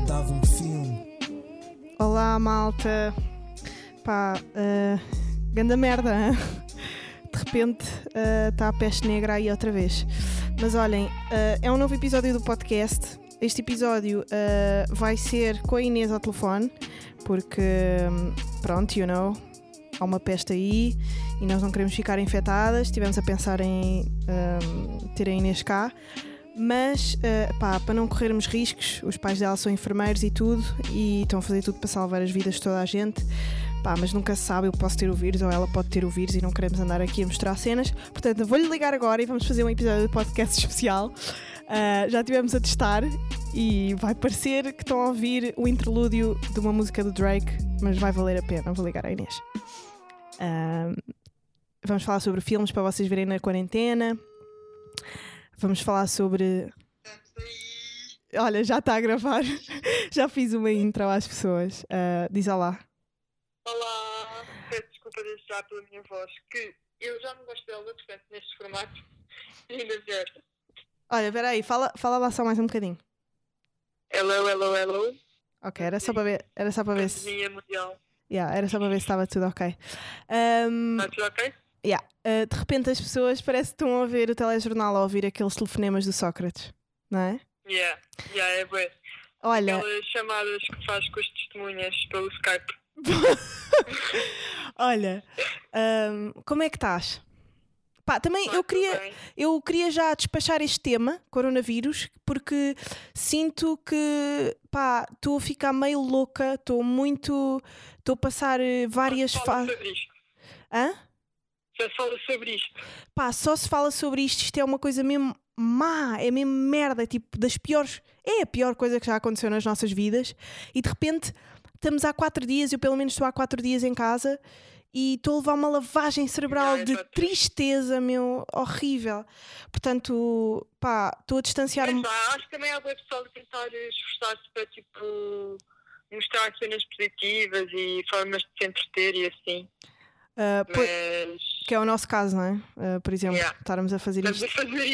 estava um filme. Olá, malta. Pá, ganda merda, hein? De repente está a peste negra aí outra vez. Mas olhem, é um novo episódio do podcast. Este episódio vai ser com a Inês ao telefone, porque, pronto, há uma peste aí e nós não queremos ficar infectadas. Estivemos a pensar em ter a Inês cá. Mas, para não corrermos riscos, os pais dela são enfermeiros e tudo, e estão a fazer tudo para salvar as vidas de toda a gente. Mas nunca se sabe, eu posso ter o vírus ou ela pode ter o vírus e não queremos andar aqui a mostrar cenas. Portanto, vou-lhe ligar agora e vamos fazer um episódio de podcast especial. Já estivemos a testar e vai parecer que estão a ouvir o interlúdio de uma música do Drake, mas vai valer a pena. Vou ligar à Inês. Vamos falar sobre filmes para vocês verem na quarentena. Vamos falar sobre... Olha, já está a gravar. Já fiz uma intro às pessoas. Diz olá. Olá, peço desculpa desde já pela minha voz, que eu já não gosto dela, portanto, neste formato, ainda ver. Olha, espera aí, fala lá só mais um bocadinho. Hello. Ok, era só para ver se... mundial. Era só para ver se estava tudo ok. Está tudo ok? De repente as pessoas parece que estão a ver o telejornal ou a ouvir aqueles telefonemas do Sócrates, não é? É bom. Olha... Aquelas chamadas que faz com as testemunhas pelo Skype. Olha, como é que estás? Também eu queria já despachar este tema, coronavírus, porque sinto que estou a ficar meio louca, estou a passar várias fases. Hã? Já se fala sobre isto. Só se fala sobre isto. Isto é uma coisa mesmo má, é mesmo merda, tipo das piores. É a pior coisa que já aconteceu nas nossas vidas. E de repente estamos há 4 dias, eu pelo menos estou há 4 dias em casa e estou a levar uma lavagem cerebral de tristeza, meu, horrível. Portanto, estou a distanciar-me. Acho que também há boa pessoal a tentar esforçar-se para mostrar cenas positivas e formas de se entreter e assim. Que é o nosso caso, não é? Por exemplo, estarmos a fazer isto.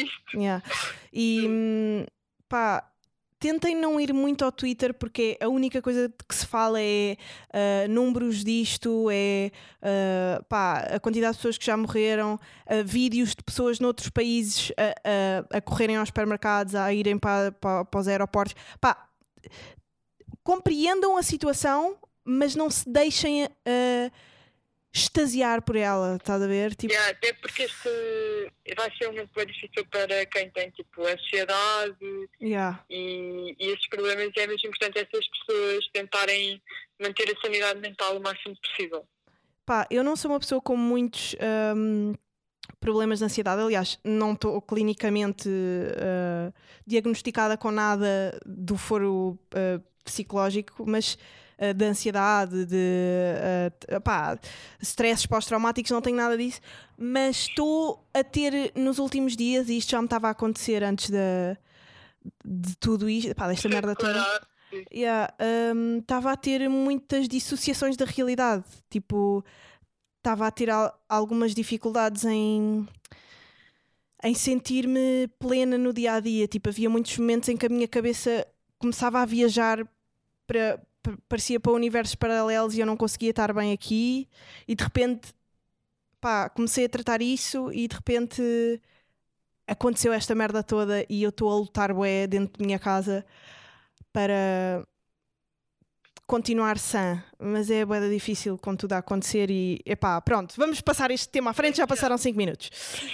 E tentem não ir muito ao Twitter, porque a única coisa que se fala é números disto, é a quantidade de pessoas que já morreram, vídeos de pessoas noutros países a correrem aos supermercados, a irem para os aeroportos. Compreendam a situação, mas não se deixem extasiar por ela, estás a ver? Até porque este vai ser muito difícil para quem tem ansiedade e esses problemas. É mesmo importante essas pessoas tentarem manter a sanidade mental o máximo possível. Eu não sou uma pessoa com muitos problemas de ansiedade. Aliás, não estou clinicamente diagnosticada com nada do foro psicológico, mas de ansiedade, de stresses pós-traumáticos, não tenho nada disso, mas estou a ter nos últimos dias, e isto já me estava a acontecer antes de tudo isto, desta merda toda, estava a ter muitas dissociações da realidade, estava a ter algumas dificuldades em sentir-me plena no dia a dia. Havia muitos momentos em que a minha cabeça começava a viajar parecia para universos paralelos e eu não conseguia estar bem aqui, e de repente comecei a tratar isso e de repente aconteceu esta merda toda e eu estou a lutar bué dentro da minha casa para continuar sã, mas é bué difícil com tudo a acontecer e pronto, vamos passar este tema à frente, já passaram 5 minutos.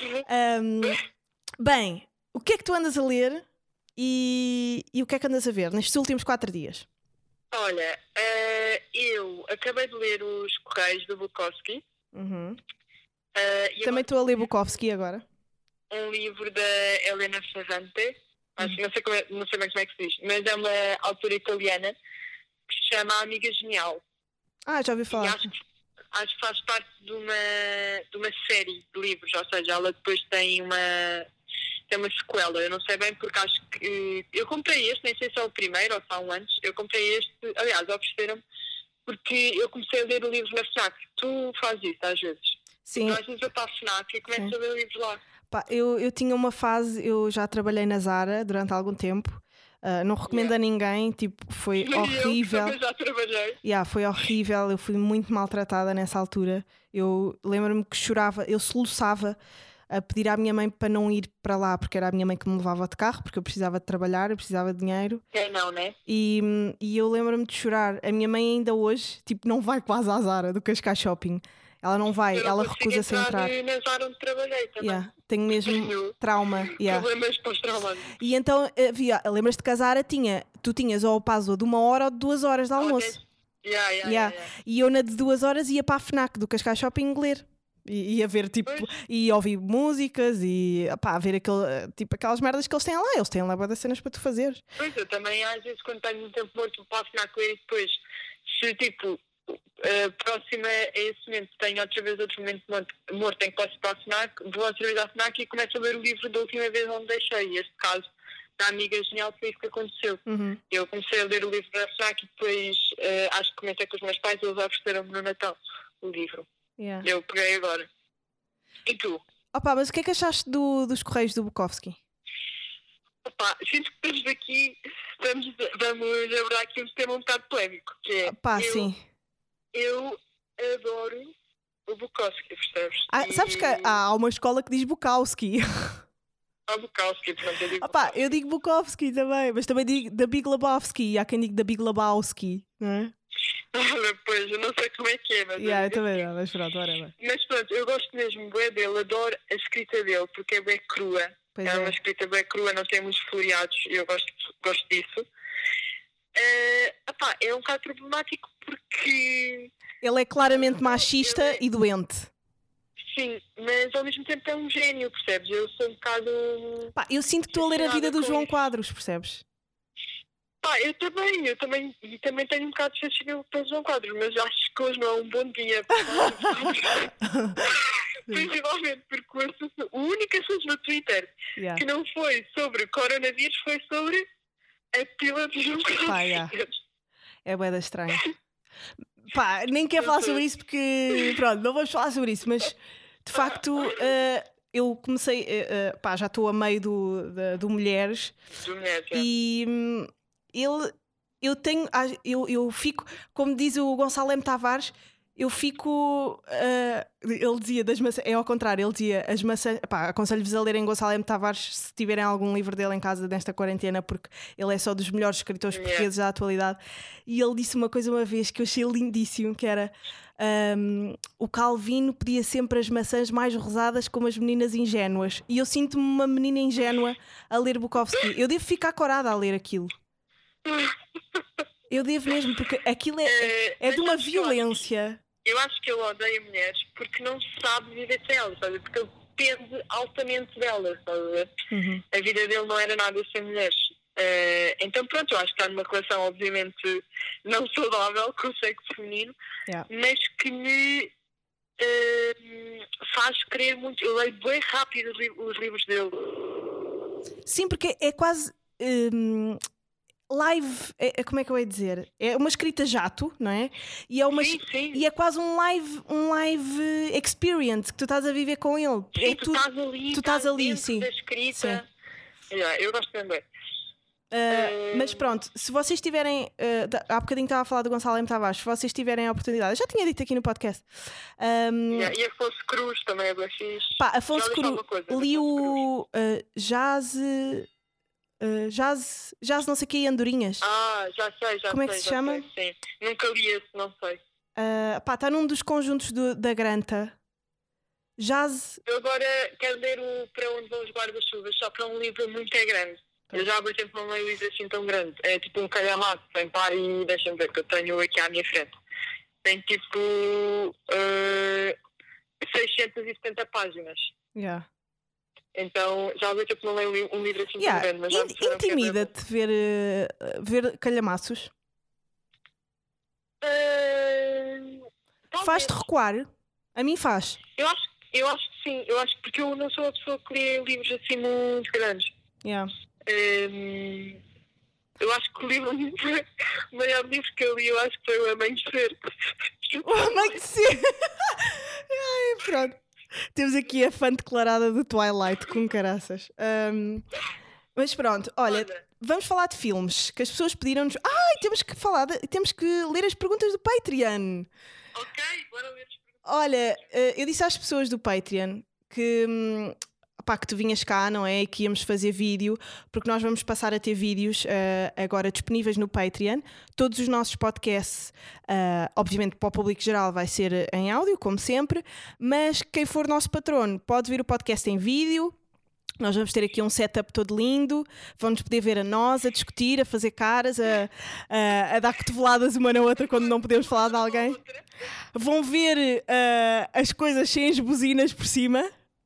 Bem, o que é que tu andas a ler e o que é que andas a ver nestes últimos 4 dias? Olha, eu acabei de ler Os Correios do Bukowski. Também estou a ler Bukowski agora. Um livro da Elena Ferrante. Não sei bem como é que se diz, mas é uma autora italiana que se chama Amiga Genial. Já ouvi falar. Acho que faz parte de uma série de livros, ou seja, ela depois tem uma sequela. Eu não sei bem, porque acho que eu comprei este, nem sei se é o primeiro ou se há um antes. Eu comprei este, aliás, ofereceram-me, porque eu comecei a ler o livro na FNAC. Tu fazes isso às vezes? Sim. Então às vezes eu para a FNAC e começo a ler livros lá. Eu tinha uma fase, eu já trabalhei na Zara durante algum tempo, Não recomendo a ninguém, tipo, foi horrível. Eu já trabalhei. Foi horrível, eu fui muito maltratada nessa altura. Eu lembro-me que chorava, eu soluçava a pedir à minha mãe para não ir para lá, porque era a minha mãe que me levava de carro, porque eu precisava de trabalhar, eu precisava de dinheiro. Não, né? E eu lembro-me de chorar. A minha mãe ainda hoje, tipo, não vai quase à Zara do Cascais Shopping. Ela não vai, ela recusa-se a entrar. Eu na Zara onde trabalhei também. Tenho mesmo trauma. Problemas pós-traumáticos. E então, lembras-te que a Zara tu tinhas ou o passo de 1 hora ou de 2 horas de almoço. E eu na de 2 horas ia para a FNAC do Cascais Shopping ler. E ia ver, tipo, e ouvir músicas e ver aquelas merdas que eles têm lá. Eles têm lá várias cenas para tu fazeres. Pois, eu também às vezes quando tenho muito tempo morto passo na coisa e depois, se tipo, próxima a esse momento tenho outra vez outro momento morto em que posso ir para a FNAC, vou outra vez à FNAC e começo a ler o livro da última vez onde deixei. E este caso da amiga genial foi isso que aconteceu. Eu comecei a ler o livro da FNAC e depois acho que comecei com os meus pais e eles ofereceram-me no Natal o livro. Eu peguei agora. E tu? Mas o que é que achaste dos Correios do Bukowski? Sinto que estamos aqui, vamos abordar aqui um tema um bocado polémico, que é sim. Eu adoro o Bukowski, percebes? Sabes que há uma escola que diz Bukowski. Bukowski, pronto, eu digo eu digo Bukowski também, mas também digo da Big Lebowski, e há quem diga da Big Lebowski, não é? Pois, eu não sei como é que é, mas... eu também não, mas pronto, whatever. Mas pronto, eu gosto mesmo bem dele, adoro a escrita dele, porque é bem crua. É uma escrita bem crua, não tem muitos floreados, e eu gosto disso. É um bocado problemático porque... Ele é claramente machista e doente. Sim, mas ao mesmo tempo é um gênio, percebes? Eu sou um bocado... eu sinto que estou a ler a vida do João Quadros, percebes? Eu também tenho um bocado de fascínio pelo João Quadros, mas acho que hoje não é um bom dia. Principalmente porque o único assunto no Twitter que não foi sobre coronavírus foi sobre a pila de João Quadros. É bué da estranho. Nem quero falar sobre isso porque, pronto, não vamos falar sobre isso, mas de facto eu comecei, já estou a meio do Mulheres. Do Mulheres, e eu fico, como diz o Gonçalo M. Tavares, eu fico, ele dizia das maçãs, é ao contrário, ele dizia as maçãs, aconselho-vos a lerem Gonçalo M. Tavares se tiverem algum livro dele em casa nesta quarentena, porque ele é só dos melhores escritores portugueses da atualidade. E ele disse uma coisa uma vez que eu achei lindíssimo, que era o Calvino pedia sempre as maçãs mais rosadas como as meninas ingênuas, e eu sinto-me uma menina ingênua a ler Bukowski. Eu devo ficar corada a ler aquilo. Eu devo mesmo, porque aquilo é de uma violência. Eu acho que ele odeia mulheres porque não sabe viver sem elas, sabe? Porque ele depende altamente delas, sabe? A vida dele não era nada sem mulheres. Então pronto, eu acho que está numa relação obviamente não saudável com o sexo feminino, mas que me faz querer muito. Eu leio bem rápido os livros dele. Sim, porque é quase... live, como é que eu ia dizer? É uma escrita jato, não é? E é uma sim. E é quase um live experience que tu estás a viver com ele. Sim, tu estás ali, sim. Da escrita. Sim. Eu gosto também. Mas pronto, se vocês tiverem, há bocadinho estava a falar do Gonçalo M. Tavares, se vocês tiverem a oportunidade, eu já tinha dito aqui no podcast. E Afonso Cruz também é bem fixe. Afonso Cruz, li o Jazz não sei o que, e Andorinhas. Já sei. Como é que se chama? Sei, sim. Nunca li esse, não sei. Está num dos conjuntos da Granta. Jazz. Eu agora quero ler o Para Onde Vão os Guarda-Chuvas, só para um livro muito grande. Eu já há muito tempo não leio um livro assim tão grande. É tipo um calhamaço, sem par, e deixa-me ver que eu tenho aqui à minha frente. Tem tipo 670 páginas. Então já há muito tempo não leio um livro assim tão grande. Mas intimida-te ver calhamaços? Faz-te recuar? A mim faz. Eu acho que sim. Eu acho que porque eu não sou a pessoa que lê livros assim muito grandes. Eu acho que o maior livro que eu li, eu acho que foi o Amanhecer. O Amanhecer! Ai, pronto. Temos aqui a fã declarada do Twilight, com caraças. Mas pronto, olha, vamos falar de filmes, que as pessoas pediram-nos. Temos que ler as perguntas do Patreon. Ok, bora ler as perguntas. Olha, eu disse às pessoas do Patreon que tu vinhas cá, não é? E que íamos fazer vídeo, porque nós vamos passar a ter vídeos agora disponíveis no Patreon. Todos os nossos podcasts, obviamente para o público geral, vai ser em áudio, como sempre, mas quem for nosso patrono pode ver o podcast em vídeo. Nós vamos ter aqui um setup todo lindo, vão-nos poder ver a nós, a discutir, a fazer caras, a dar cotoveladas uma na outra quando não podemos falar de alguém. Vão ver as coisas sem as buzinas por cima.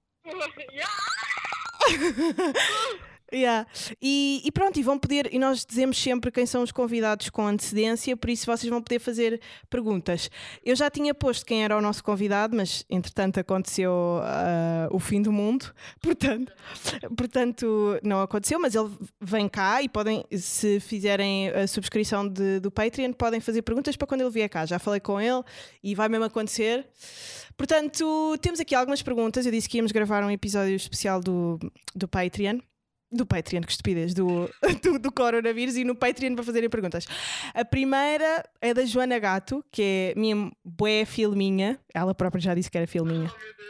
Yeah. E pronto, e vão poder, e nós dizemos sempre quem são os convidados com antecedência, por isso vocês vão poder fazer perguntas. Eu já tinha posto quem era o nosso convidado, mas entretanto aconteceu o fim do mundo, portanto não aconteceu, mas ele vem cá e podem, se fizerem a subscrição do Patreon, podem fazer perguntas para quando ele vier cá. Já falei com ele e vai mesmo acontecer. Portanto, temos aqui algumas perguntas. Eu disse que íamos gravar um episódio especial do Patreon. Do Patreon, que estupidez, do coronavírus, e no Patreon para fazerem perguntas. A primeira é da Joana Gato, que é minha bué filminha. Ela própria já disse que era filminha.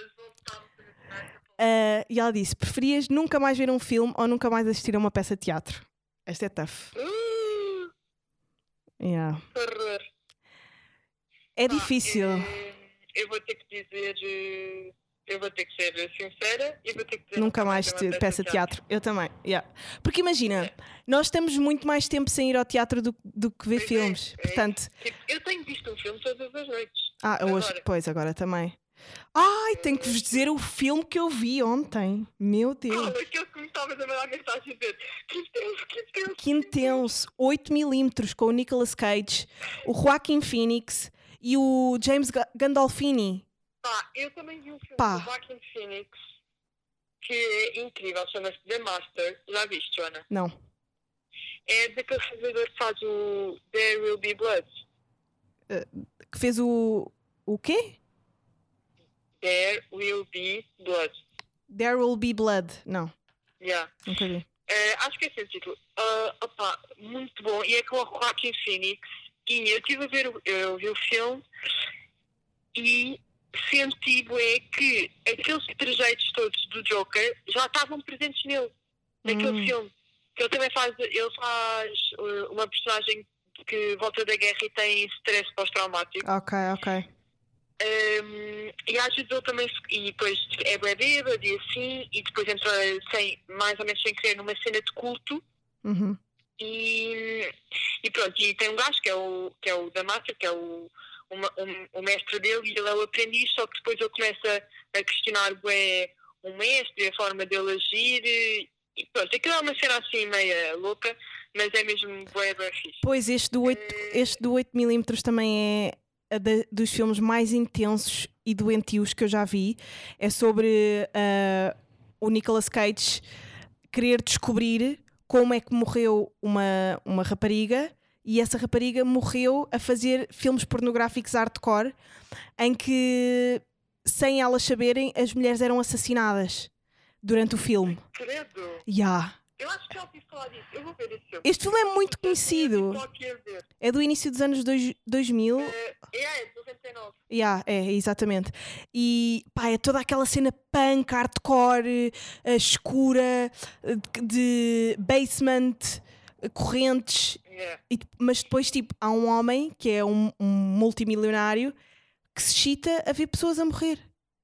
E ela disse: preferias nunca mais ver um filme ou nunca mais assistir a uma peça de teatro? Esta é tough. Yeah. É difícil. Eu vou ter que dizer. Eu vou ter que ser sincera e vou ter que dizer nunca mais peça de teatro. Eu também, yeah. Porque imagina, nós estamos muito mais tempo sem ir ao teatro do que ver filmes. Portanto, eu tenho visto um filme todas as noites. Hoje, agora também. Ai, tenho que vos dizer o filme que eu vi ontem. Meu Deus. Aquele que me estavas a mandar mensagem dizer que intenso. 8mm com o Nicolas Cage, o Joaquin Phoenix e o James Gandolfini. Eu também vi um filme do Joaquin Phoenix que é incrível, chama-se The Master. Já viste, Joana? Não. É daquele realizador que faz o There Will Be Blood. Que fez o quê? There Will Be Blood. There Will Be Blood. Não. Yeah. Nunca vi. Acho que é esse o título. Muito bom. E é com o Joaquin Phoenix. E eu vi o filme e senti que aqueles trejeitos todos do Joker já estavam presentes nele, naquele filme. Que ele também faz uma personagem que volta da guerra e tem stress pós-traumático. Ok. E ajudou também, e depois é bêbado e assim, e depois entrou mais ou menos sem querer numa cena de culto. Uhum. E pronto, e tem um gajo que é o da Master, que é o mestre dele, e ele é o aprendiz, só que depois ele começa a questionar o mestre e a forma dele agir, e pronto, aquilo é uma cena assim meia louca, mas é mesmo bué fixe. Pois, este do 8mm também é dos filmes mais intensos e doentios que eu já vi. É sobre o Nicolas Cage querer descobrir como é que morreu uma rapariga, e essa rapariga morreu a fazer filmes pornográficos hardcore em que, sem elas saberem, as mulheres eram assassinadas durante o filme. Credo! Yeah. Eu acho que já ouvi falar disso. Eu vou ver esse filme. Este filme é muito conhecido. É do início dos anos 2000. É de 99. Exatamente. E é toda aquela cena punk, hardcore, escura, de basement, correntes. Yeah. Mas depois há um homem que é um multimilionário que se excita a ver pessoas a morrer.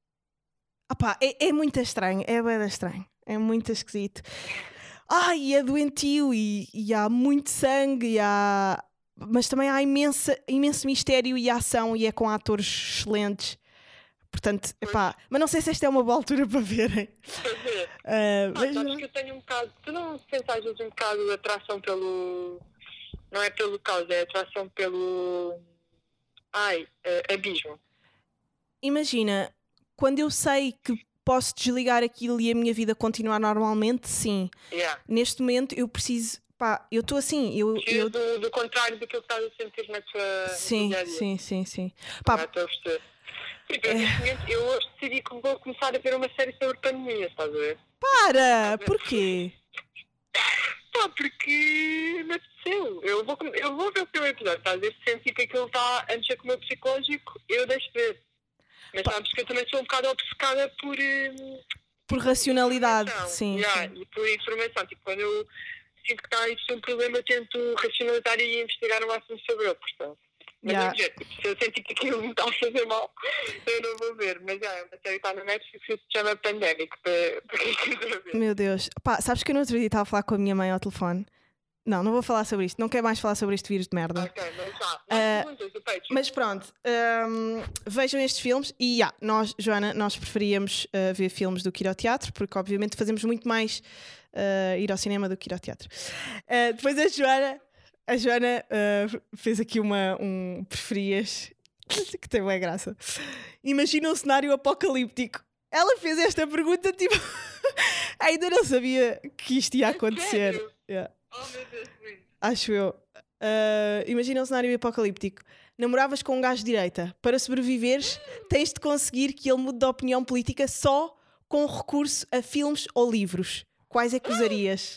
É muito estranho. É bem estranho. É muito esquisito. E é doentio e há muito sangue, mas também há imenso mistério e ação, e é com atores excelentes. Portanto, mas não sei se esta é uma boa altura para verem. Acho que eu tenho um bocado. Tu não sentes um bocado de atração pelo. Não é pelo caos, é atração pelo. Abismo. Imagina, quando eu sei que posso desligar aquilo e a minha vida continuar normalmente, sim. Yeah. Neste momento eu preciso. Eu estou assim. Do contrário do que eu estava a sentir na tua. Sim. Estou a perceber. Eu hoje decidi que vou começar a ver uma série sobre pandemia, estás a ver? Porquê? Pá, porque me apeteceu. Eu vou ver o primeiro episódio, estás a ver? Se sentir que aquilo está a mexer com o meu psicológico, eu deixo ver. Mas sabes que eu também sou um bocado obcecada por racionalidade, informação. sim, Yeah, sim. e por informação. Tipo, quando eu sinto que está a existir um problema, eu tento racionalizar e investigar o máximo sobre ele, portanto. Mas Yeah. se eu sentir que aquilo me está a fazer mal, eu não vou ver. Mas é uma série que está na Netflix que se chama Pandemic, para quem quiser ver. Meu Deus. Pá, sabes que eu no outro dia estava a falar com a minha mãe ao telefone? Não vou falar sobre isto. Não quero mais falar sobre este vírus de merda. Ok, mas já. Mais perguntas do Patreon. Mas pronto, vejam estes filmes e nós, Joana, nós preferíamos ver filmes do que ir ao teatro, porque obviamente fazemos muito mais ir ao cinema do que ir ao teatro. Depois a Joana fez aqui um preferias que tem bem graça. Imagina um cenário apocalíptico. Ela fez esta pergunta tipo ainda não sabia que isto ia acontecer. Sério? Yeah. Oh meu Deus, lindo. Acho eu. Imagina um cenário apocalíptico. Namoravas com um gajo de direita. Para sobreviveres, tens de conseguir que ele mude de opinião política só com recurso a filmes ou livros. Quais é que usarias?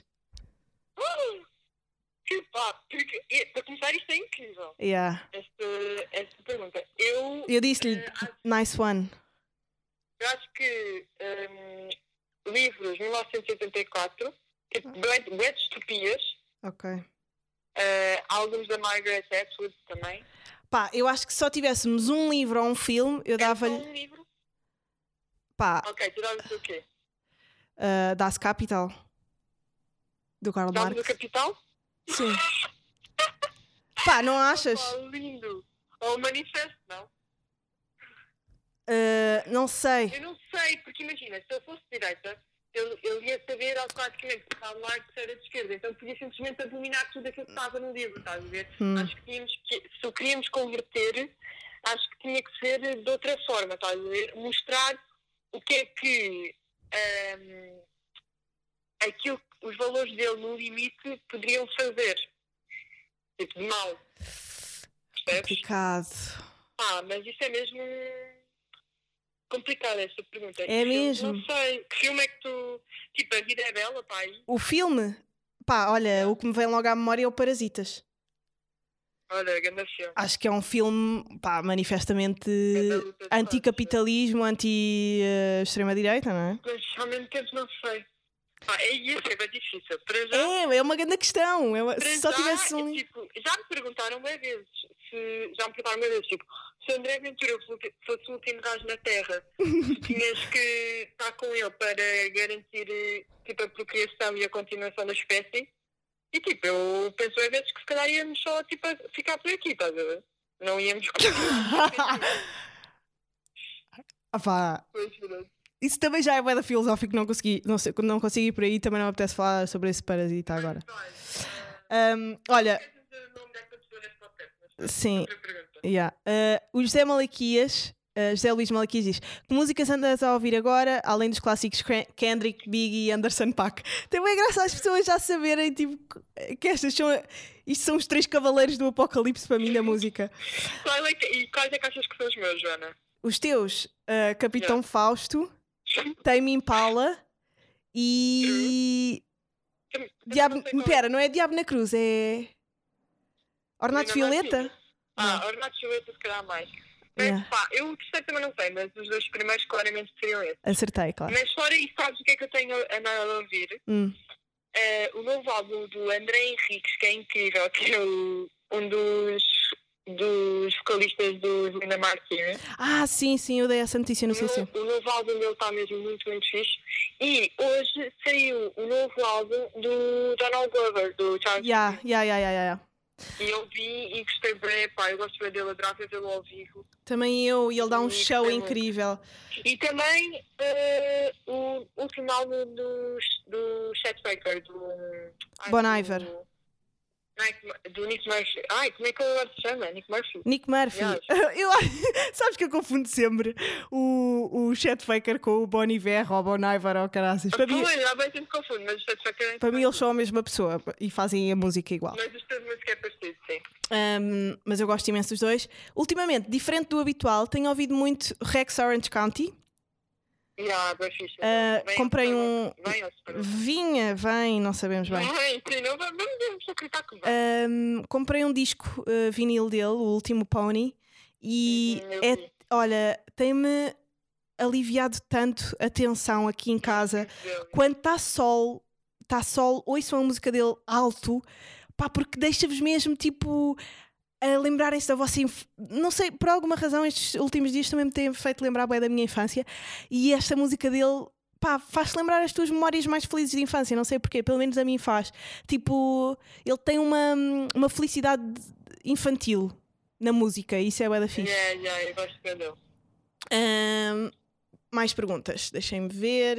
Que pá, porque, para começar, isto é incrível. Yeah. Esta pergunta. Eu disse-lhe, nice one. Eu acho que livros 1984, tipo, bué de distopias, Ok. álbuns da Margaret Atwood também. Pá, eu acho que se só tivéssemos um livro ou um filme, eu Era só dava-lhe. um livro? Pá, Ok, tu davas o quê? Das Capital. Do Karl Davas Marx. o Capital? Sim. Pá, não achas? Pá, lindo. Ou o Manifesto, não? Não sei. Eu não sei, porque imagina, se eu fosse de direita, eu ia saber automaticamente que Karl Marx era de esquerda, então podia simplesmente abominar tudo aquilo que estava no livro, estás a ver? Acho que se o queríamos converter, acho que tinha que ser de outra forma, estás a ver? Mostrar o que é que os valores dele no limite poderiam fazer. Tipo, de mal. Percebes? Complicado. Mas isso é mesmo complicado, esta pergunta. É Que filme? mesmo? Não sei. Que filme é que tu... Tipo, A Vida é Bela, pá, aí? O filme? Pá, olha, o que me vem logo à memória é o Parasitas. Olha, grande filme. Acho que é um filme, pá, manifestamente da luta de anticapitalismo, anti-extrema-direita, não é? Mas ao mesmo tempo não sei. Ia ser bem difícil. Para já... É uma grande questão. Se só tivesse um... Tipo, já me perguntaram uma vez, tipo, se André Ventura fosse o último gajo na Terra, tinhas que estar com ele para garantir tipo, a procriação e a continuação da espécie. E tipo, eu penso a vezes que se calhar íamos só tipo, ficar por aqui, estás a ver? Não íamos continuar. Pá, isso também já é bué da filosófico, não consegui ir por aí, também não me apetece falar sobre esse parasita agora. Olha, sim, yeah. O José Luís Malaquias diz: que músicas andas a ouvir agora, além dos clássicos Kendrick, Biggie e Anderson .Paak? Tem bem graça as pessoas já saberem tipo, que isto são os três cavaleiros do apocalipse para mim da música. E quais é que achas que são os meus, Joana? Os teus, Capitão Fausto, Tame Impala e... Pera, não é Diabo na Cruz, é... Ornato Violeta? Ornato Violeta se calhar mais. Yeah. Eu o terceiro também não sei, mas os dois primeiros claramente seriam esses. Acertei, claro. Mas fora isso, sabes o que é que eu tenho andado a ouvir? O novo álbum do André Henriques, que é incrível, que é um dos vocalistas do Linda Martini. Sim, eu dei essa notícia no CC. O novo álbum dele está mesmo muito, muito fixe. E hoje saiu o novo álbum do Donald Glover, do Charles. E eu vi e gostei bem, pá, eu gosto bem dele, adorava vê-lo ao vivo. Também eu, e ele dá um show incrível. E também o último álbum do Chet Baker, do Bon Iver. Do Nick Murphy. Como é que ele agora se chama? Nick Murphy. Sabes que eu confundo sempre o Chet Baker com o Bon Iver ou Bon Iver ou caraças. Para mim, sempre confundo, mas o Chet Baker para mim eles são a mesma pessoa e fazem a música igual. Mas o estilo de música é parecido, sim. Mas eu gosto imenso dos dois. Ultimamente, diferente do habitual, tenho ouvido muito Rex Orange County. Bem fixe. Comprei um... Vem, não sabemos bem. Sim, não vamos acreditar que vem. Comprei um disco vinil dele, o último Pony, e olha, tem-me aliviado tanto a tensão aqui em casa. Quando está sol, ouçam a música dele alto, pá, porque deixa-vos mesmo tipo a lembrarem-se da vossa não sei, por alguma razão estes últimos dias também me têm feito lembrar bem da minha infância, e esta música dele, pá, faz-te lembrar as tuas memórias mais felizes de infância, não sei porquê, pelo menos a mim faz. Tipo, ele tem uma felicidade infantil na música, isso é bué da fixe. Eu gosto dele. Mais perguntas, deixem-me ver.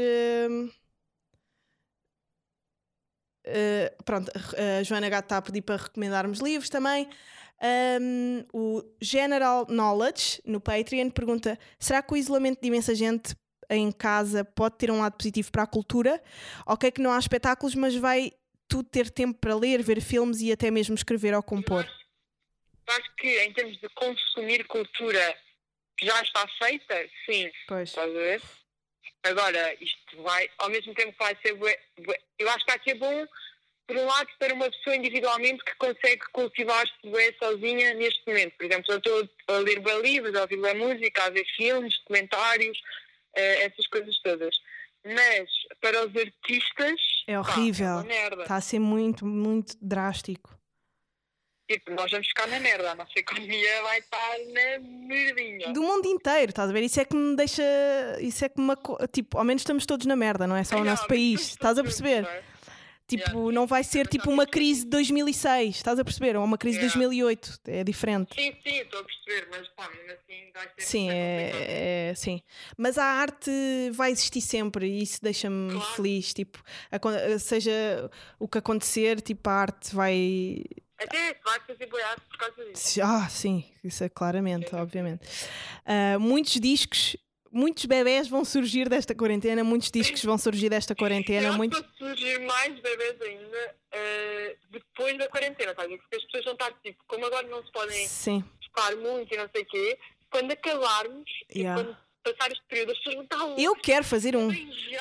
Pronto, a Joana Gato está a pedir para recomendarmos livros também. O General Knowledge no Patreon pergunta: será que o isolamento de imensa gente em casa pode ter um lado positivo para a cultura? Ok que não há espetáculos, mas vai tudo ter tempo para ler, ver filmes e até mesmo escrever ou compor? Acho que em termos de consumir cultura que já está feita, sim. Pois. Estás a ver? Agora, isto vai, ao mesmo tempo que vai ser eu acho que vai ser bom, por um lado, para uma pessoa individualmente que consegue cultivar-se sozinha neste momento. Por exemplo, eu estou a ler bem livros, a ouvir bem música, a ver filmes, documentários, essas coisas todas. Mas, para os artistas... É horrível. É uma merda. Está a ser muito, muito drástico. Tipo, nós vamos ficar na merda, a nossa economia vai estar na merdinha. Do mundo inteiro, estás a ver? Isso é que me deixa... Isso é que me... Tipo, ao menos estamos todos na merda, não é só o nosso país. Estás a perceber? Não é? Tipo, não vai ser tipo uma crise de 2006, estás a perceber? Ou uma crise de 2008, é diferente. Sim, estou a perceber, mas pá, mesmo assim vai ser... Sim, sim. Mas a arte vai existir sempre e isso deixa-me feliz. Tipo, seja o que acontecer, tipo, a arte vai... Até vai fazer boa arte por causa disso. Sim, isso é claramente, obviamente. Muitos discos... Muitos bebés vão surgir desta quarentena, muitos discos vão surgir desta quarentena. Vão surgir mais bebés ainda depois da quarentena, sabe? Porque as pessoas vão estar tipo, como agora não se podem tocar muito e não sei o quê, quando acabarmos e quando passar este período, as pessoas vão estar... Eu quero fazer um.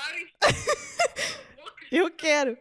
Eu quero.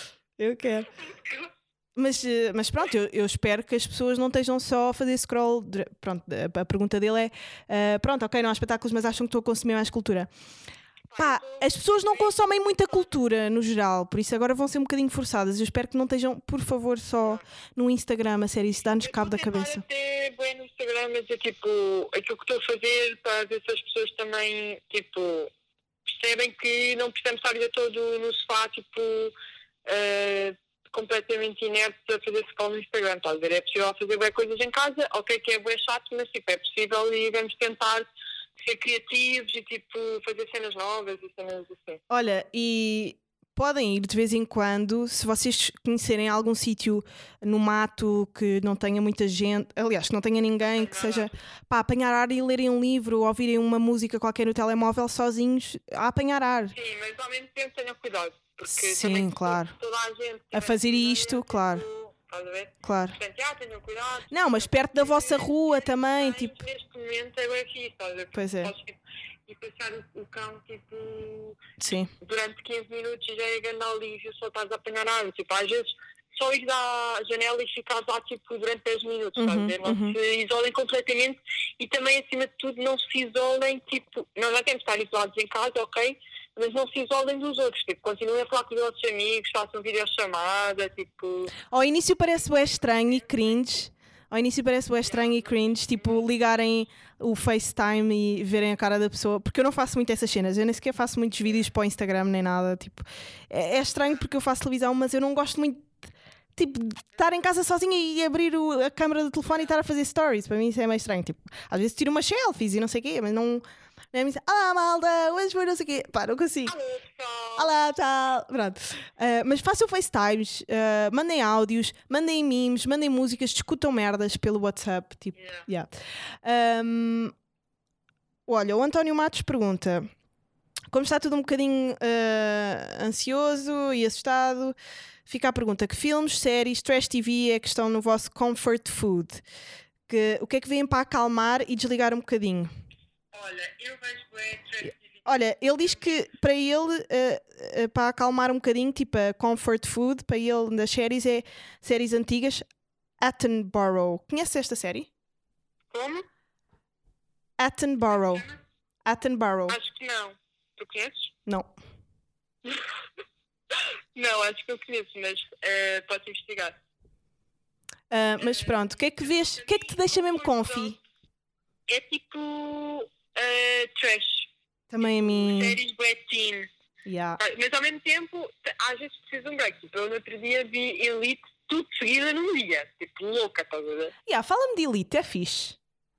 Mas pronto, eu espero que as pessoas não estejam só a fazer scroll. Pronto, a pergunta dele é: pronto, ok, não há espetáculos, mas acham que estou a consumir mais cultura. Pá, as pessoas não consomem muita cultura no geral, por isso agora vão ser um bocadinho forçadas. Eu espero que não estejam, por favor, só no Instagram, a sério, isso dá-nos cabo da cabeça. Até bem no Instagram, mas é tipo aquilo que estou a fazer para ver se as pessoas também tipo percebem que não precisamos estar o dia todo no sofá, tipo. Completamente inertes a fazer scroll no Instagram, estás a ver? É possível fazer bem coisas em casa, ok que é bem chato, mas tipo, é possível e vamos tentar ser criativos e tipo, fazer cenas novas e cenas assim. Olha, e podem ir de vez em quando, se vocês conhecerem algum sítio no mato que não tenha muita gente, aliás, que não tenha ninguém, que seja para apanhar ar e lerem um livro ou ouvirem uma música qualquer no telemóvel sozinhos, a apanhar ar. Sim, mas ao mesmo tempo tenham cuidado. Porque sim, claro. Toda a gente a fazer isto, claro. Estás a ver? Claro. Portanto, tenham cuidado. Não, mas perto da vossa rua também, tipo. Neste momento é bem fixe, estás a ver? Pois é. E passar o cão, tipo. Sim. Durante 15 minutos já é grande alívio, só estás a apanhar água. Tipo, às vezes só ir à janela e ficar lá, tipo, durante 10 minutos, estás a ver? Não se isolem completamente e também, acima de tudo, não se isolem, tipo. Nós já temos de estar isolados em casa, ok? Mas não se isolem dos outros, tipo, continuem a falar com os vossos amigos, façam videochamada, tipo... Ao início parece bué estranho e cringe, tipo, ligarem o FaceTime e verem a cara da pessoa, porque eu não faço muito essas cenas, eu nem sequer faço muitos vídeos para o Instagram nem nada, tipo, é estranho porque eu faço televisão, mas eu não gosto muito, tipo, de estar em casa sozinha e abrir a câmera do telefone e estar a fazer stories, para mim isso é meio estranho, tipo, às vezes tiro umas selfies e não sei o quê, mas não... Olá malda, hoje foi não sei o quê. Pá, não consigo. Olá, tchau. Pronto. Mas façam FaceTimes, mandem áudios, mandem memes, mandem músicas, discutam merdas pelo WhatsApp. Tipo, olha, o António Matos pergunta: como está tudo um bocadinho ansioso e assustado, fica a pergunta: que filmes, séries, trash TV é que estão no vosso comfort food? O que é que vêm para acalmar e desligar um bocadinho? Olha, eu vejo trash TV olha, ele diz que para ele, para acalmar um bocadinho, tipo a comfort food, para ele nas séries é séries antigas. Attenborough. Conheces esta série? Como? Attenborough. Attenborough. Acho que não. Tu conheces? Não. Não, acho que eu conheço, mas podes investigar. Mas pronto, o que é que vês? O que é que te deixa mesmo comfy? É tipo trash. Também a mim. Séries bué teen. Yeah. Mas ao mesmo tempo, às vezes preciso de um break. Tipo, eu no outro dia vi Elite tudo de seguida num dia. Tipo, louca, estás a ver? Yeah, fala-me de Elite, é fixe.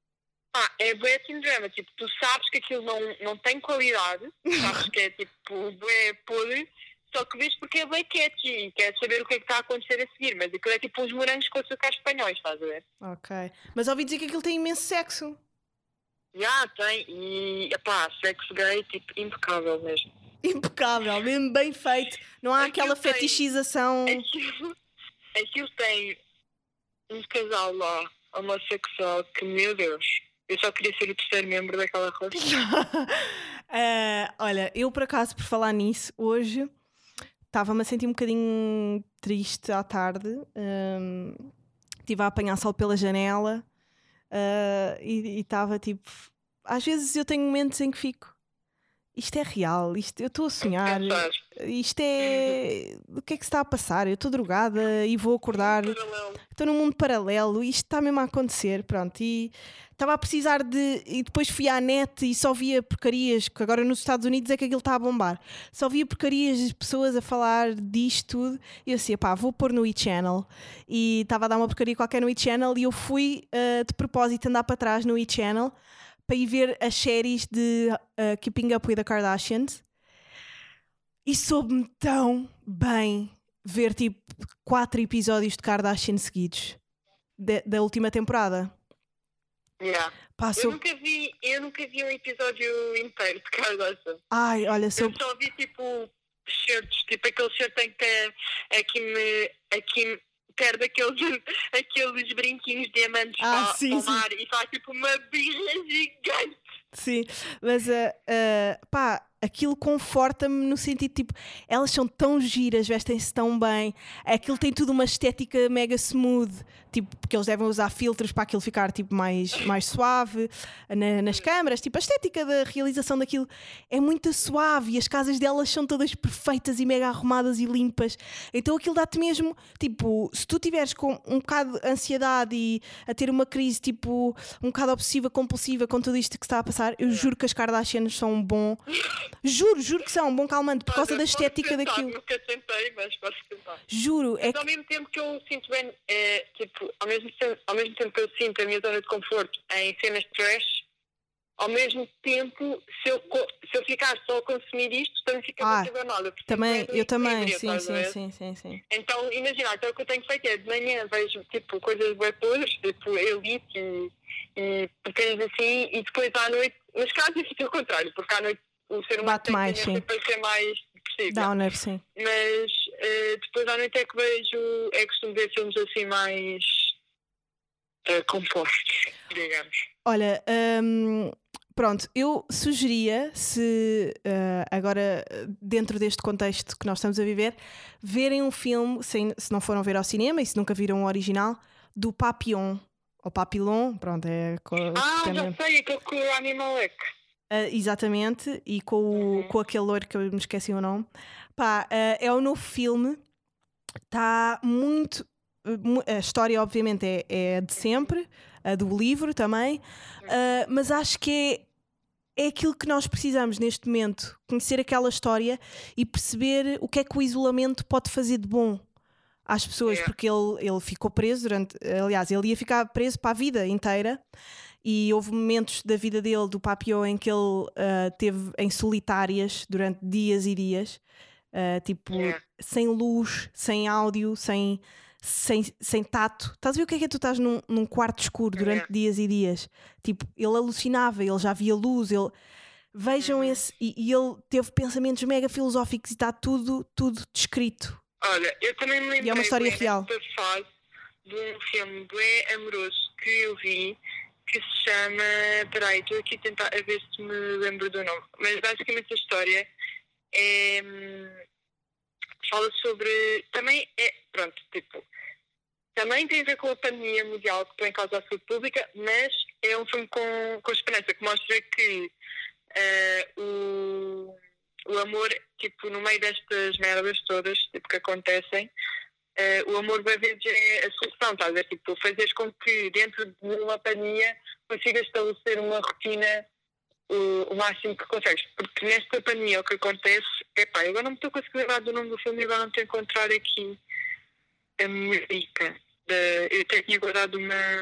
É bué teen drama. Tipo, tu sabes que aquilo não tem qualidade. Sabes que é tipo bué podre. Só que vês porque é bem catchy e queres saber o que é que está a acontecer a seguir. Mas aquilo é tipo uns morangos com açúcar espanhóis, estás a ver? Ok. Mas ouvi dizer que aquilo tem imenso sexo. Já, tem. E, sexo gay, tipo, impecável mesmo. Impecável, mesmo bem feito. Não há aquela Aquilo tem- fetichização. Aquilo tem um casal lá, homossexual, que, meu Deus, eu só queria ser o terceiro membro daquela relação. Olha, eu por acaso, por falar nisso, hoje estava-me a sentir um bocadinho triste à tarde. Estive a apanhar sol pela janela e estava tipo. Às vezes eu tenho momentos em que fico. Isto é real, eu estou a sonhar. Isto é. O que é que se está a passar? Eu estou drogada e vou acordar. Estou num mundo paralelo e isto está mesmo a acontecer. Pronto, e estava a precisar de. E depois fui à net e só via porcarias, que agora nos Estados Unidos é que aquilo está a bombar. Só via porcarias de pessoas a falar disto tudo. E eu assim, vou pôr no e-channel. E estava a dar uma porcaria qualquer no e-channel e eu fui de propósito andar para trás no e-channel para ir ver as séries de Keeping Up with the Kardashians. E soube-me tão bem ver tipo 4 episódios de Kardashian seguidos da última temporada. Yeah. Eu nunca vi um episódio inteiro de Kardashian. Ai, olha, Eu só vi tipo shirts, tipo aquele shirt em que aqui perde aqueles brinquinhos diamantes para o mar e faz tipo uma birra gigante. Sim, mas aquilo conforta-me no sentido tipo, elas são tão giras, vestem-se tão bem, aquilo tem tudo uma estética mega smooth, tipo, porque eles devem usar filtros para aquilo ficar tipo mais suave nas câmaras, tipo, a estética da realização daquilo é muito suave e as casas delas são todas perfeitas e mega arrumadas e limpas, então aquilo dá-te mesmo, tipo, se tu tiveres com um bocado de ansiedade e a ter uma crise tipo, um bocado obsessiva, compulsiva com tudo isto que está a passar, eu juro que as Kardashians são um bom... Juro que são um bom calmante por causa da estética daquilo. Nunca tentei, mas posso tentar. Juro. Mas ao mesmo tempo que eu sinto bem, tipo, ao mesmo tempo que eu sinto a minha zona de conforto em cenas de trash, ao mesmo tempo, se eu ficar só a consumir isto, também fica muito banal. Eu também, sim. Então, imagina, então o que eu tenho feito é de manhã vejo tipo coisas bem podres, tipo Elite e pequenas assim, e depois à noite, mas caso fica ao contrário, porque à noite o ser humano tem mais, sim. para ser mais depressivo. Downer, sim. Mas depois à noite é que costumo ver filmes assim mais compostos, digamos. Olha, pronto, eu sugeria, se agora dentro deste contexto que nós estamos a viver, verem um filme, se não foram ver ao cinema e se nunca viram o original, do Papillon, ou Papillon, pronto, é... já sei, aquele com o Animal X. Exatamente, e com aquele loiro que eu me esqueci o nome. É um novo filme, está muito... A história obviamente é de sempre, a do livro também, mas acho que é aquilo que nós precisamos neste momento, conhecer aquela história e perceber o que é que o isolamento pode fazer de bom às pessoas, porque ele ficou preso aliás, ele ia ficar preso para a vida inteira. E houve momentos da vida dele, do Papillon, em que ele teve em solitárias durante dias e dias, sem luz, sem áudio, sem tato. Estás a ver o que é tu estás num quarto escuro durante dias e dias? Tipo, ele alucinava, ele já via luz, vejam esse, e ele teve pensamentos mega filosóficos e está tudo descrito. Olha, eu também me lembrei, e é uma história real. Fase de um filme bem amoroso que eu vi, que se chama... Peraí, estou aqui a tentar a ver se me lembro do nome. Mas basicamente a história fala sobre... Também é... Pronto, tipo... Também tem a ver com a pandemia mundial que põe em causa a saúde pública, mas é um filme com esperança, que mostra que o amor, tipo, no meio destas merdas todas tipo, que acontecem, o amor às vezes é a solução, estás a ver? Tipo, fazeres com que dentro de uma pandemia consigas estabelecer uma rotina o máximo que consegues. Porque nesta pandemia o que acontece, eu agora não me estou a conseguir lembrar do nome do filme e agora não estou a encontrar aqui a música. Eu tenho guardado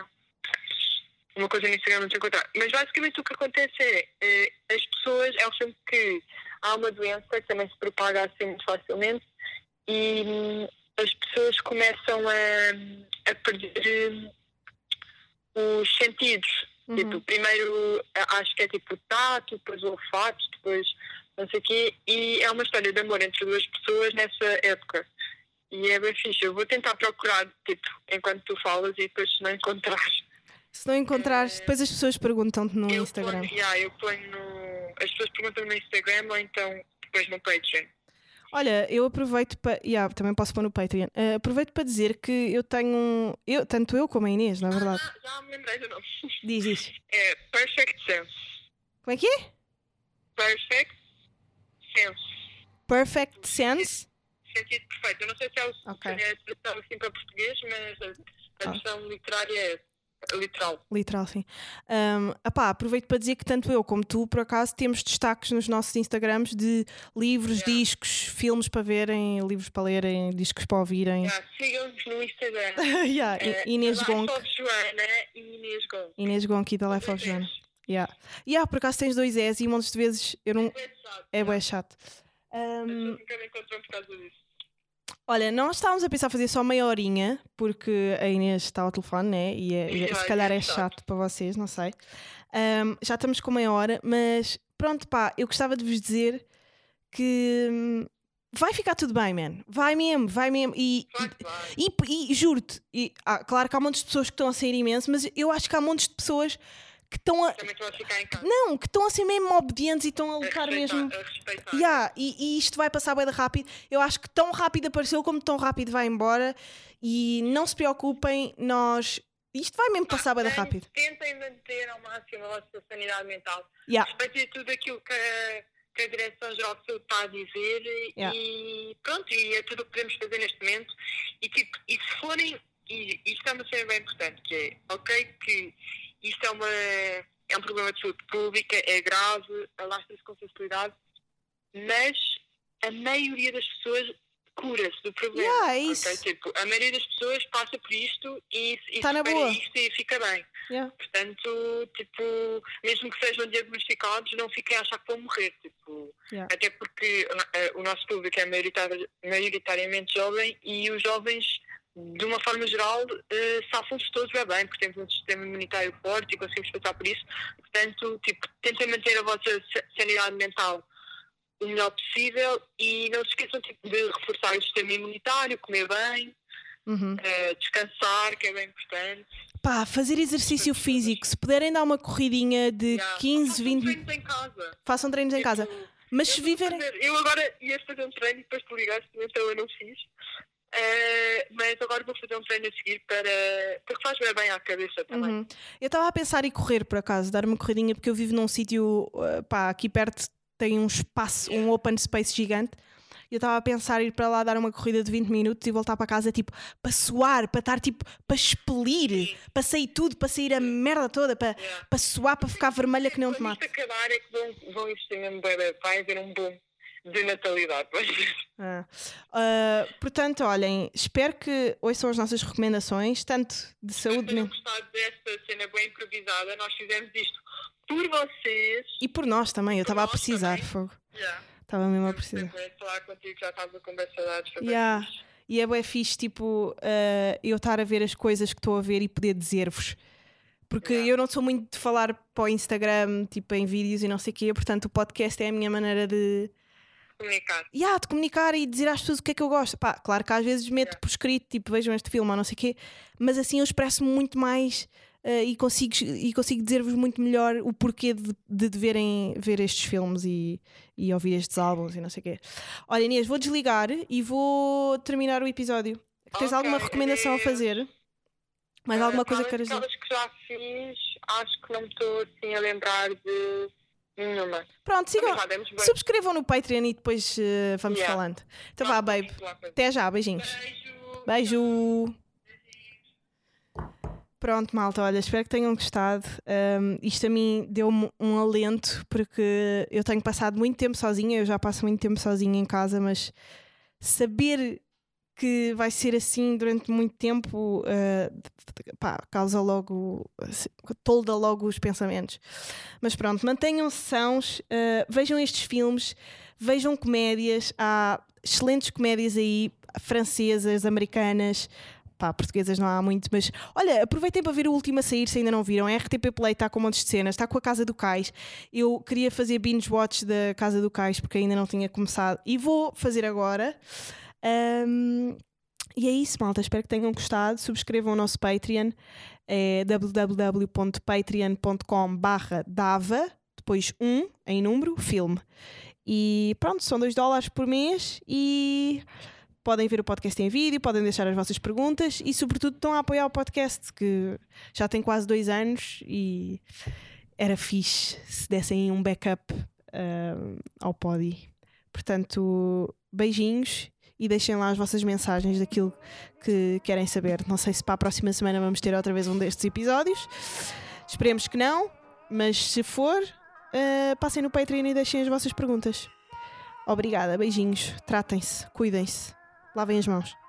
uma coisa no Instagram, não tenho encontrado. Mas basicamente o que acontece é as pessoas, é um filme que há uma doença que também se propaga assim muito facilmente e as pessoas começam a perder os sentidos. Tipo, primeiro acho que é tipo o tato, depois o olfato, depois não sei o quê, e é uma história de amor entre duas pessoas nessa época. E é bem fixe. Eu vou tentar procurar, tipo, enquanto tu falas e depois se não encontrares. Se não encontrares, depois as pessoas perguntam-te no Instagram. Eu ponho no... As pessoas perguntam no Instagram ou então depois no Patreon. Olha, eu aproveito para... também posso pôr no Patreon. Aproveito para dizer que eu tenho... tanto eu como a Inês, na verdade. Já me lembrei do nome. Diz isso. É Perfect Sense. Como é que é? Perfect Sense. Perfect Sense? Sentido perfeito. Eu não sei se é a tradução assim para português, mas a versão literária é literal. Literal, sim. Aproveito para dizer que tanto eu como tu, por acaso, temos destaques nos nossos Instagrams de livros, discos, filmes para verem, livros para lerem, discos para ouvirem. Sigam-nos no Instagram. Inês Gonk. Life of Joana e Inês Gonk. Inês Gonk e da Life of Joana. Por acaso tens 2 S e montes de vezes eu não... É bué chato. Nunca me encontram por causa disso. Olha, nós estávamos a pensar fazer só meia horinha, porque a Inês está ao telefone, né? E se calhar é chato para vocês, não sei. Já estamos com meia hora, mas pronto, eu gostava de vos dizer que vai ficar tudo bem, man. Vai mesmo. E juro-te, claro que há montes de pessoas que estão a sair imenso, mas eu acho que há montes de pessoas que estão a... Também estão a ficar em casa. Não, que estão a ser mesmo obedientes e estão a lutar mesmo. E isto vai passar bem rápido. Eu acho que tão rápido apareceu como tão rápido vai embora. E não se preocupem, isto vai mesmo passar bem rápido. Tentem manter ao máximo a vossa sanidade mental. Respeitem tudo aquilo que a Direção-Geral de Saúde está a dizer e pronto, e é tudo o que podemos fazer neste momento. E se forem, e isto é uma cena bem importante, que é, ok, que isto é um problema de saúde pública, é grave, alastra-se com facilidade, mas a maioria das pessoas cura-se do problema. É isso. Okay? Tipo, a maioria das pessoas passa por isto e tá na boa. Isto e fica bem. Portanto, tipo, mesmo que sejam diagnosticados, não fiquem a achar que vão morrer. Tipo, até porque o nosso público é maioritariamente jovem e os jovens, de uma forma geral, safam-se todos bem, porque temos um sistema imunitário forte e conseguimos passar por isso. Portanto, tipo, tentem manter a vossa sanidade mental o melhor possível e não se esqueçam tipo, de reforçar o sistema imunitário, comer bem, descansar, que é bem importante. Fazer exercício físico, se puderem dar uma corridinha de 15, 20 minutos. Façam treinos em casa. Mas se viverem... Eu agora ia fazer um treino e depois te ligaste, então eu não fiz. Mas agora vou fazer um treino a seguir porque faz bem à cabeça também. Eu estava a pensar em correr, por acaso, dar uma corridinha, porque eu vivo num sítio aqui perto, tem um espaço, um open space gigante. Eu estava a pensar ir para lá dar uma corrida de 20 minutos e voltar para casa tipo para suar, para estar tipo para expelir, para sair tudo, para sair a merda toda, para suar, para ficar vermelha que não te mata. Quando isto acabar é que vão investir mesmo bem, vai haver um boom de natalidade. Portanto, olhem, espero que ouçam as nossas recomendações, tanto de saúde mental. Se gostado desta cena bem improvisada, nós fizemos isto por vocês. E por nós também, eu estava a precisar, fogo. Estava mesmo a precisar. Falar contigo, já estava a conversa de dados. E é bem fixe, tipo, eu estar a ver as coisas que estou a ver e poder dizer-vos. Porque eu não sou muito de falar para o Instagram, tipo, em vídeos e não sei o quê, portanto o podcast é a minha maneira de comunicar. De comunicar e dizer às pessoas o que é que eu gosto. Claro que às vezes meto por escrito, tipo, vejam este filme ou não sei o quê, mas assim eu expresso muito mais e consigo dizer-vos muito melhor o porquê de deverem ver estes filmes e ouvir estes álbuns e não sei o quê. Olha, Inês, vou desligar e vou terminar o episódio. Tens alguma recomendação a fazer? Mais alguma coisa que queiras dizer? Aquelas que já fiz, acho que não me estou assim a lembrar de nenhuma. Pronto, sigam, subscrevam no Patreon e depois vamos falando. Então vá, babe. Até já, beijinhos. Beijo. Pronto, malta, olha, espero que tenham gostado. Isto a mim deu-me um alento, porque eu tenho passado muito tempo sozinha, eu já passo muito tempo sozinha em casa, mas saber que vai ser assim durante muito tempo causa logo, tolda logo os pensamentos. Mas pronto, mantenham-se sãos, vejam estes filmes, vejam comédias, há excelentes comédias aí, francesas, americanas, portuguesas não há muito, mas olha, aproveitem para ver o último a sair se ainda não viram. A RTP Play está com um monte de cenas, está com a Casa do Cais. Eu queria fazer binge watch da Casa do Cais porque ainda não tinha começado e vou fazer agora. E é isso, malta, espero que tenham gostado. Subscrevam o nosso Patreon, é www.patreon.com/dava, depois em número, filme. E pronto, são $2 por mês e podem ver o podcast em vídeo, podem deixar as vossas perguntas e sobretudo estão a apoiar o podcast, que já tem quase 2 anos e era fixe se dessem um backup ao Podi. Portanto, beijinhos e deixem lá as vossas mensagens daquilo que querem saber. Não sei se para a próxima semana vamos ter outra vez um destes episódios. Esperemos que não, mas se for, passem no Patreon e deixem as vossas perguntas. Obrigada, beijinhos, tratem-se, cuidem-se, lavem as mãos.